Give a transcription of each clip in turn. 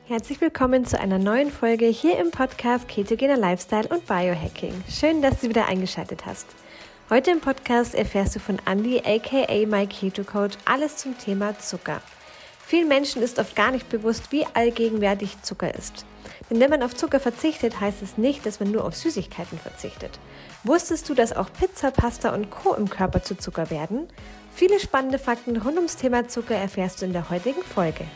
Herzlich willkommen zu einer neuen Folge hier im Podcast Ketogener Lifestyle und Biohacking. Schön, dass du wieder eingeschaltet hast. Heute im Podcast erfährst du von Andi aka My Keto Coach alles zum Thema Zucker. Vielen Menschen ist oft gar nicht bewusst, wie allgegenwärtig Zucker ist. Denn wenn man auf Zucker verzichtet, heißt es nicht, dass man nur auf Süßigkeiten verzichtet. Wusstest du, dass auch Pizza, Pasta und Co. im Körper zu Zucker werden? Viele spannende Fakten rund ums Thema Zucker erfährst du in der heutigen Folge.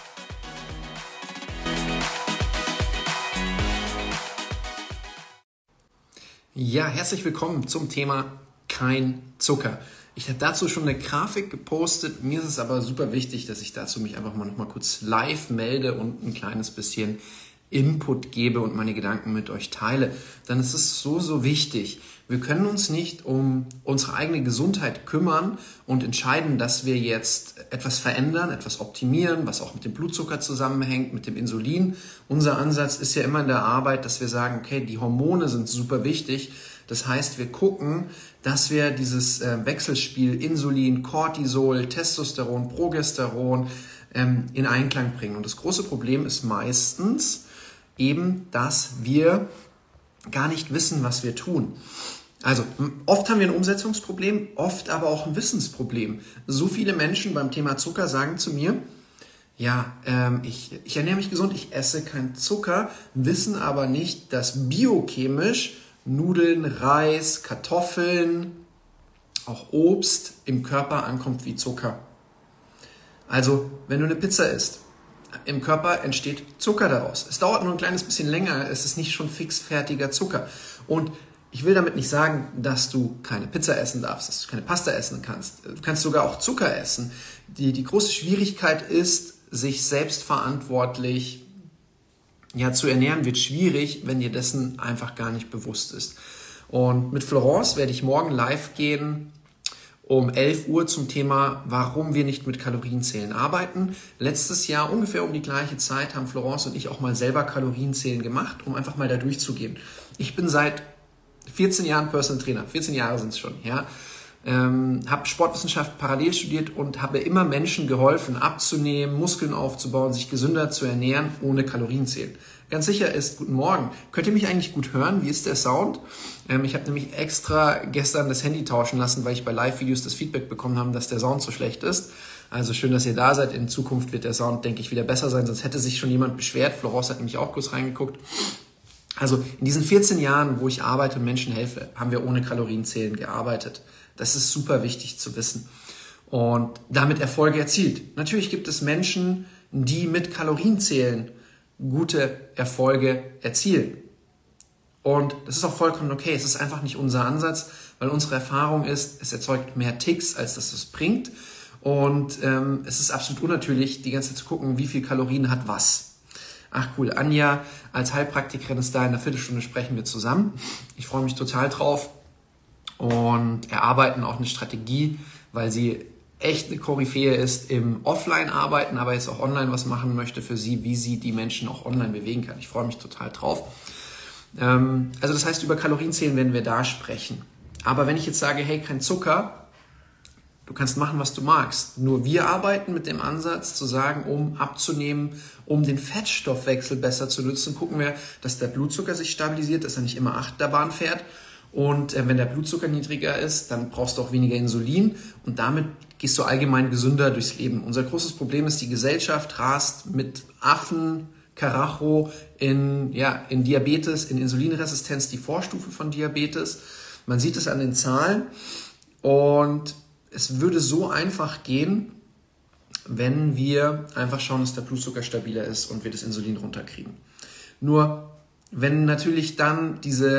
Ja, herzlich willkommen zum Thema kein Zucker. Ich habe dazu schon eine Grafik gepostet. Mir ist es aber super wichtig, dass ich dazu mich einfach mal noch mal kurz live melde und ein kleines bisschen Input gebe und meine Gedanken mit euch teile. Dann ist es so wichtig. Wir können uns nicht um unsere eigene Gesundheit kümmern und entscheiden, dass wir jetzt etwas verändern, etwas optimieren, was auch mit dem Blutzucker zusammenhängt, mit dem Insulin. Unser Ansatz ist ja immer in der Arbeit, dass wir sagen, okay, die Hormone sind super wichtig. Das heißt, wir gucken, dass wir dieses Wechselspiel Insulin, Cortisol, Testosteron, Progesteron in Einklang bringen. Und das große Problem ist meistens eben, dass wir gar nicht wissen, was wir tun. Also oft haben wir ein Umsetzungsproblem, oft aber auch ein Wissensproblem. So viele Menschen beim Thema Zucker sagen zu mir, ja, ich ernähre mich gesund, ich esse keinen Zucker, wissen aber nicht, dass biochemisch Nudeln, Reis, Kartoffeln, auch Obst im Körper ankommt wie Zucker. Also wenn du eine Pizza isst, im Körper entsteht Zucker daraus. Es dauert nur ein kleines bisschen länger, es ist nicht schon fixfertiger Zucker. Und ich will damit nicht sagen, dass du keine Pizza essen darfst, dass du keine Pasta essen kannst. Du kannst sogar auch Zucker essen. Die große Schwierigkeit ist, sich selbstverantwortlich zu ernähren, wird schwierig, wenn dir dessen einfach gar nicht bewusst ist. Und mit Florence werde ich morgen live gehen um 11 Uhr zum Thema, warum wir nicht mit Kalorienzählen arbeiten. Letztes Jahr, ungefähr um die gleiche Zeit, haben Florence und ich auch mal selber Kalorienzählen gemacht, um einfach mal da durchzugehen. Ich bin seit 14 Jahren Personal Trainer, 14 Jahre sind es schon, ja. Habe Sportwissenschaft parallel studiert und habe immer Menschen geholfen, abzunehmen, Muskeln aufzubauen, sich gesünder zu ernähren, ohne Kalorienzählen. Ganz sicher ist, guten Morgen. Könnt ihr mich eigentlich gut hören? Wie ist der Sound? Ich habe nämlich extra gestern das Handy tauschen lassen, weil ich bei Live-Videos das Feedback bekommen habe, dass der Sound so schlecht ist. Also schön, dass ihr da seid. In Zukunft wird der Sound, denke ich, wieder besser sein, sonst hätte sich schon jemand beschwert. Florence hat nämlich auch kurz reingeguckt. Also in diesen 14 Jahren, wo ich arbeite und Menschen helfe, haben wir ohne Kalorienzählen gearbeitet. Das ist super wichtig zu wissen und damit Erfolge erzielt. Natürlich gibt es Menschen, die mit Kalorienzählen gute Erfolge erzielen. Und das ist auch vollkommen okay. Es ist einfach nicht unser Ansatz, weil unsere Erfahrung ist, es erzeugt mehr Ticks, als dass es bringt. Und es ist absolut unnatürlich, die ganze Zeit zu gucken, wie viel Kalorien hat was. Ach cool, Anja als Heilpraktikerin ist da, in einer Viertelstunde sprechen wir zusammen. Ich freue mich total drauf und erarbeiten auch eine Strategie, weil sie echt eine Koryphäe ist im Offline-Arbeiten, aber jetzt auch online was machen möchte für sie, wie sie die Menschen auch online bewegen kann. Ich freue mich total drauf. Also das heißt, über Kalorienzählen werden wir da sprechen. Aber wenn ich jetzt sage, hey, kein Zucker, du kannst machen, was du magst. Nur wir arbeiten mit dem Ansatz zu sagen, um abzunehmen, um den Fettstoffwechsel besser zu nutzen, gucken wir, dass der Blutzucker sich stabilisiert, dass er nicht immer Achterbahn fährt. Und wenn der Blutzucker niedriger ist, dann brauchst du auch weniger Insulin und damit gehst du allgemein gesünder durchs Leben. Unser großes Problem ist, die Gesellschaft rast mit Affen, Karacho in Diabetes, in Insulinresistenz, die Vorstufe von Diabetes. Man sieht es an den Zahlen und es würde so einfach gehen, wenn wir einfach schauen, dass der Blutzucker stabiler ist und wir das Insulin runterkriegen. Nur wenn natürlich dann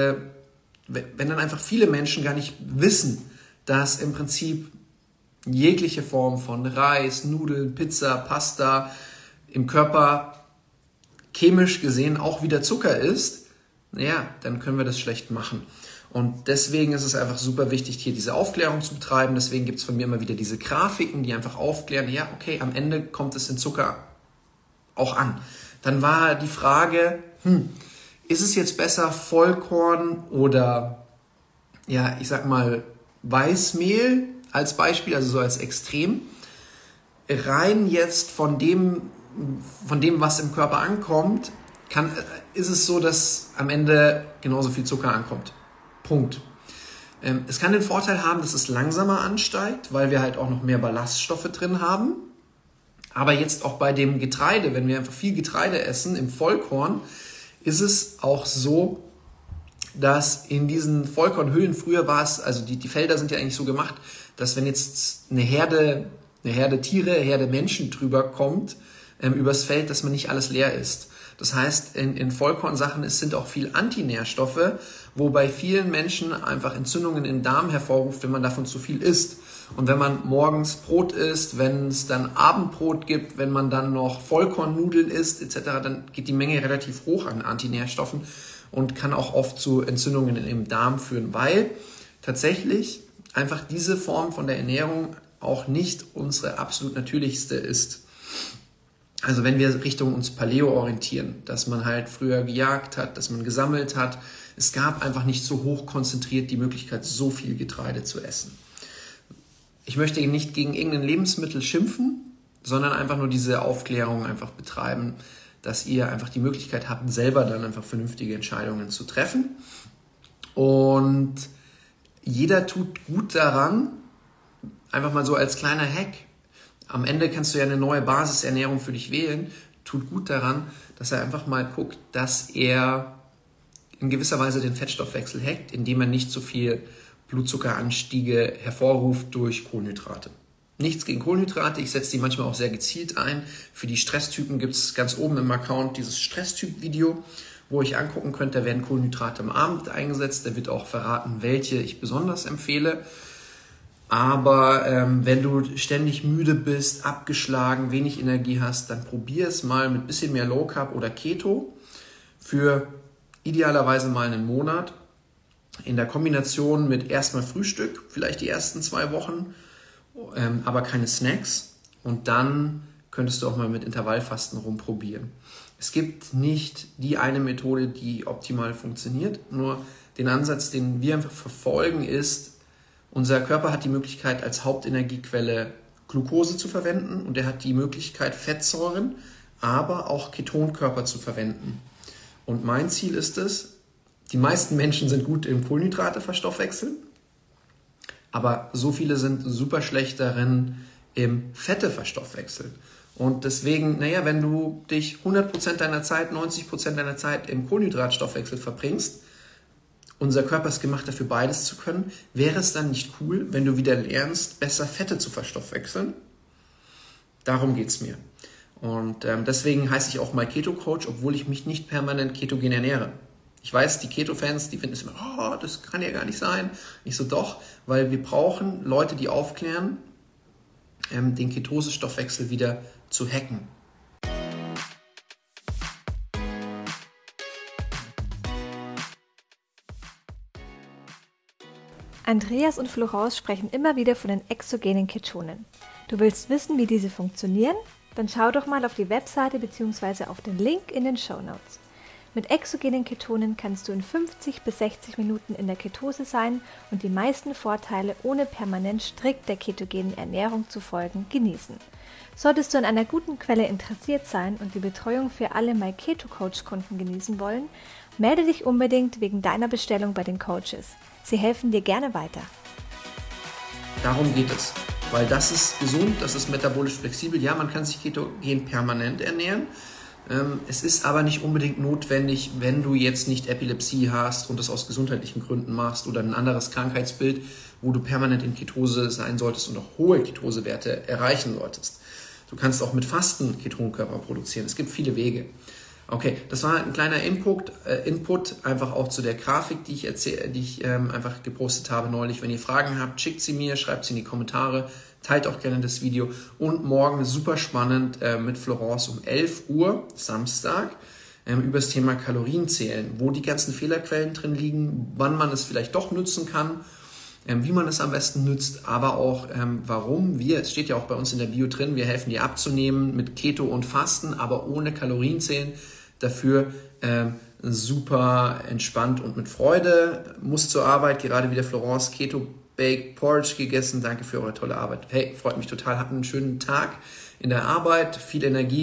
wenn dann einfach viele Menschen gar nicht wissen, dass im Prinzip jegliche Form von Reis, Nudeln, Pizza, Pasta im Körper chemisch gesehen auch wieder Zucker ist, dann können wir das schlecht machen. Und deswegen ist es einfach super wichtig, hier diese Aufklärung zu betreiben. Deswegen gibt es von mir immer wieder diese Grafiken, die einfach aufklären, am Ende kommt es in Zucker auch an. Dann war die Frage, ist es jetzt besser Vollkorn oder, Weißmehl als Beispiel, also so als Extrem? Rein jetzt von dem, von dem, was im Körper ankommt, ist es so, dass am Ende genauso viel Zucker ankommt. Punkt. Es kann den Vorteil haben, dass es langsamer ansteigt, weil wir halt auch noch mehr Ballaststoffe drin haben. Aber jetzt auch bei dem Getreide, wenn wir einfach viel Getreide essen, im Vollkorn, ist es auch so, dass in diesen Vollkornhüllen, früher war es, also die Felder sind ja eigentlich so gemacht, dass wenn jetzt eine Herde Tiere, eine Herde Menschen drüber kommt, übers Feld, dass man nicht alles leer isst. Das heißt, in Vollkornsachen sind auch viel Antinährstoffe, wo bei vielen Menschen einfach Entzündungen im Darm hervorruft, wenn man davon zu viel isst. Und wenn man morgens Brot isst, wenn es dann Abendbrot gibt, wenn man dann noch Vollkornnudeln isst etc., dann geht die Menge relativ hoch an Antinährstoffen und kann auch oft zu Entzündungen im Darm führen, weil tatsächlich einfach diese Form von der Ernährung auch nicht unsere absolut natürlichste ist. Also wenn wir Richtung uns Paleo orientieren, dass man halt früher gejagt hat, dass man gesammelt hat, es gab einfach nicht so hoch konzentriert die Möglichkeit, so viel Getreide zu essen. Ich möchte nicht gegen irgendein Lebensmittel schimpfen, sondern einfach nur diese Aufklärung einfach betreiben, dass ihr einfach die Möglichkeit habt, selber dann einfach vernünftige Entscheidungen zu treffen. Und jeder tut gut daran, einfach mal so als kleiner Hack. Am Ende kannst du ja eine neue Basisernährung für dich wählen. Tut gut daran, dass er einfach mal guckt, dass er in gewisser Weise den Fettstoffwechsel hackt, indem er nicht so viel Blutzuckeranstiege hervorruft durch Kohlenhydrate. Nichts gegen Kohlenhydrate, ich setze die manchmal auch sehr gezielt ein. Für die Stresstypen gibt es ganz oben im Account dieses Stresstyp-Video, wo ich angucken könnte, da werden Kohlenhydrate am Abend eingesetzt. Da wird auch verraten, welche ich besonders empfehle. Aber wenn du ständig müde bist, abgeschlagen, wenig Energie hast, dann probier es mal mit ein bisschen mehr Low Carb oder Keto für idealerweise mal einen Monat. In der Kombination mit erstmal Frühstück, vielleicht die ersten 2 Wochen, aber keine Snacks. Und dann könntest du auch mal mit Intervallfasten rumprobieren. Es gibt nicht die eine Methode, die optimal funktioniert. Nur den Ansatz, den wir einfach verfolgen, ist, unser Körper hat die Möglichkeit, als Hauptenergiequelle Glucose zu verwenden und er hat die Möglichkeit, Fettsäuren, aber auch Ketonkörper zu verwenden. Und mein Ziel ist es, die meisten Menschen sind gut im Kohlenhydrate verstoffwechseln, aber so viele sind super schlecht darin, im Fette verstoffwechseln. Und deswegen, wenn du dich 100% deiner Zeit, 90% deiner Zeit im Kohlenhydratstoffwechsel verbringst, unser Körper ist gemacht dafür, beides zu können. Wäre es dann nicht cool, wenn du wieder lernst, besser Fette zu verstoffwechseln? Darum geht es mir. Und deswegen heiße ich auch mal Keto-Coach, obwohl ich mich nicht permanent ketogen ernähre. Ich weiß, die Keto-Fans, die finden es immer, das kann ja gar nicht sein. Ich so, doch, weil wir brauchen Leute, die aufklären, den Ketosestoffwechsel wieder zu hacken. Andreas und Florence sprechen immer wieder von den exogenen Ketonen. Du willst wissen, wie diese funktionieren? Dann schau doch mal auf die Webseite bzw. auf den Link in den Shownotes. Mit exogenen Ketonen kannst du in 50 bis 60 Minuten in der Ketose sein und die meisten Vorteile ohne permanent strikt der ketogenen Ernährung zu folgen genießen. Solltest du an einer guten Quelle interessiert sein und die Betreuung für alle MyKetoCoach-Kunden genießen wollen, melde dich unbedingt wegen deiner Bestellung bei den Coaches. Sie helfen dir gerne weiter. Darum geht es, weil das ist gesund, das ist metabolisch flexibel. Ja, man kann sich ketogen permanent ernähren. Es ist aber nicht unbedingt notwendig, wenn du jetzt nicht Epilepsie hast und das aus gesundheitlichen Gründen machst oder ein anderes Krankheitsbild, wo du permanent in Ketose sein solltest und auch hohe Ketosewerte erreichen solltest. Du kannst auch mit Fasten Ketonkörper produzieren. Es gibt viele Wege. Okay, das war ein kleiner Input einfach auch zu der Grafik, die ich einfach gepostet habe neulich. Wenn ihr Fragen habt, schickt sie mir, schreibt sie in die Kommentare, teilt auch gerne das Video. Und morgen super spannend mit Florence um 11 Uhr, Samstag, über das Thema Kalorienzählen, wo die ganzen Fehlerquellen drin liegen, wann man es vielleicht doch nutzen kann, wie man es am besten nützt, aber auch warum es steht ja auch bei uns in der Bio drin, wir helfen dir abzunehmen mit Keto und Fasten, aber ohne Kalorienzählen, dafür super entspannt und mit Freude. Muss zur Arbeit, gerade wieder Florence Keto Baked Porridge gegessen, danke für eure tolle Arbeit. Hey, freut mich total, habt einen schönen Tag in der Arbeit, viel Energie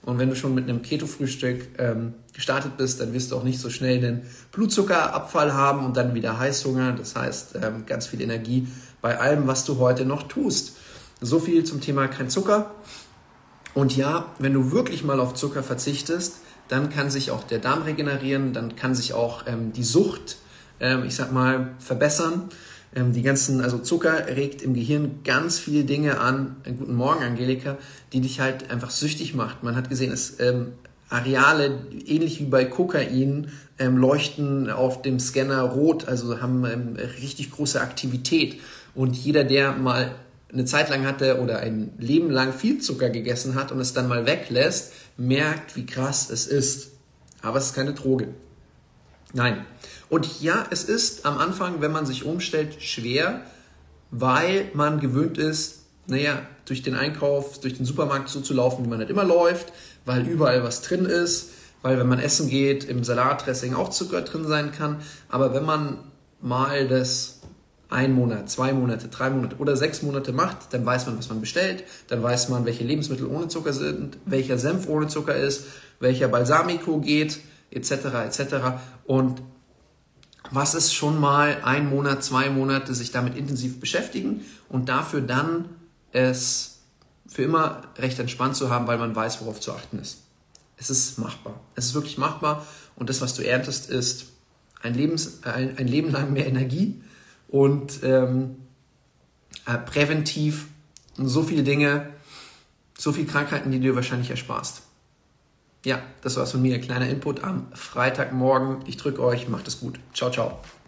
Und wenn du schon mit einem Keto-Frühstück gestartet bist, dann wirst du auch nicht so schnell den Blutzuckerabfall haben und dann wieder Heißhunger. Das heißt, ganz viel Energie bei allem, was du heute noch tust. So viel zum Thema kein Zucker. Und ja, wenn du wirklich mal auf Zucker verzichtest, dann kann sich auch der Darm regenerieren, dann kann sich auch die Sucht, verbessern. Also Zucker regt im Gehirn ganz viele Dinge an, guten Morgen Angelika, die dich halt einfach süchtig macht. Man hat gesehen, dass Areale, ähnlich wie bei Kokain, leuchten auf dem Scanner rot, also haben richtig große Aktivität. Und jeder, der mal eine Zeit lang hatte oder ein Leben lang viel Zucker gegessen hat und es dann mal weglässt, merkt, wie krass es ist. Aber es ist keine Droge. Nein. Und ja, es ist am Anfang, wenn man sich umstellt, schwer, weil man gewöhnt ist, durch den Einkauf, durch den Supermarkt so zu laufen, wie man nicht immer läuft, weil überall was drin ist, weil wenn man essen geht, im Salatdressing auch Zucker drin sein kann. Aber wenn man mal das 1 Monat, 2 Monate, 3 Monate oder 6 Monate macht, dann weiß man, was man bestellt, dann weiß man, welche Lebensmittel ohne Zucker sind, welcher Senf ohne Zucker ist, welcher Balsamico geht, etc. etc. Und was ist schon mal 1 Monat, 2 Monate sich damit intensiv beschäftigen und dafür dann es für immer recht entspannt zu haben, weil man weiß, worauf zu achten ist. Es ist machbar. Es ist wirklich machbar und das, was du erntest, ist ein Leben lang mehr Energie und präventiv so viele Dinge, so viele Krankheiten, die du dir wahrscheinlich ersparst. Ja, das war's von mir, ein kleiner Input am Freitagmorgen. Ich drücke euch, macht es gut. Ciao, ciao.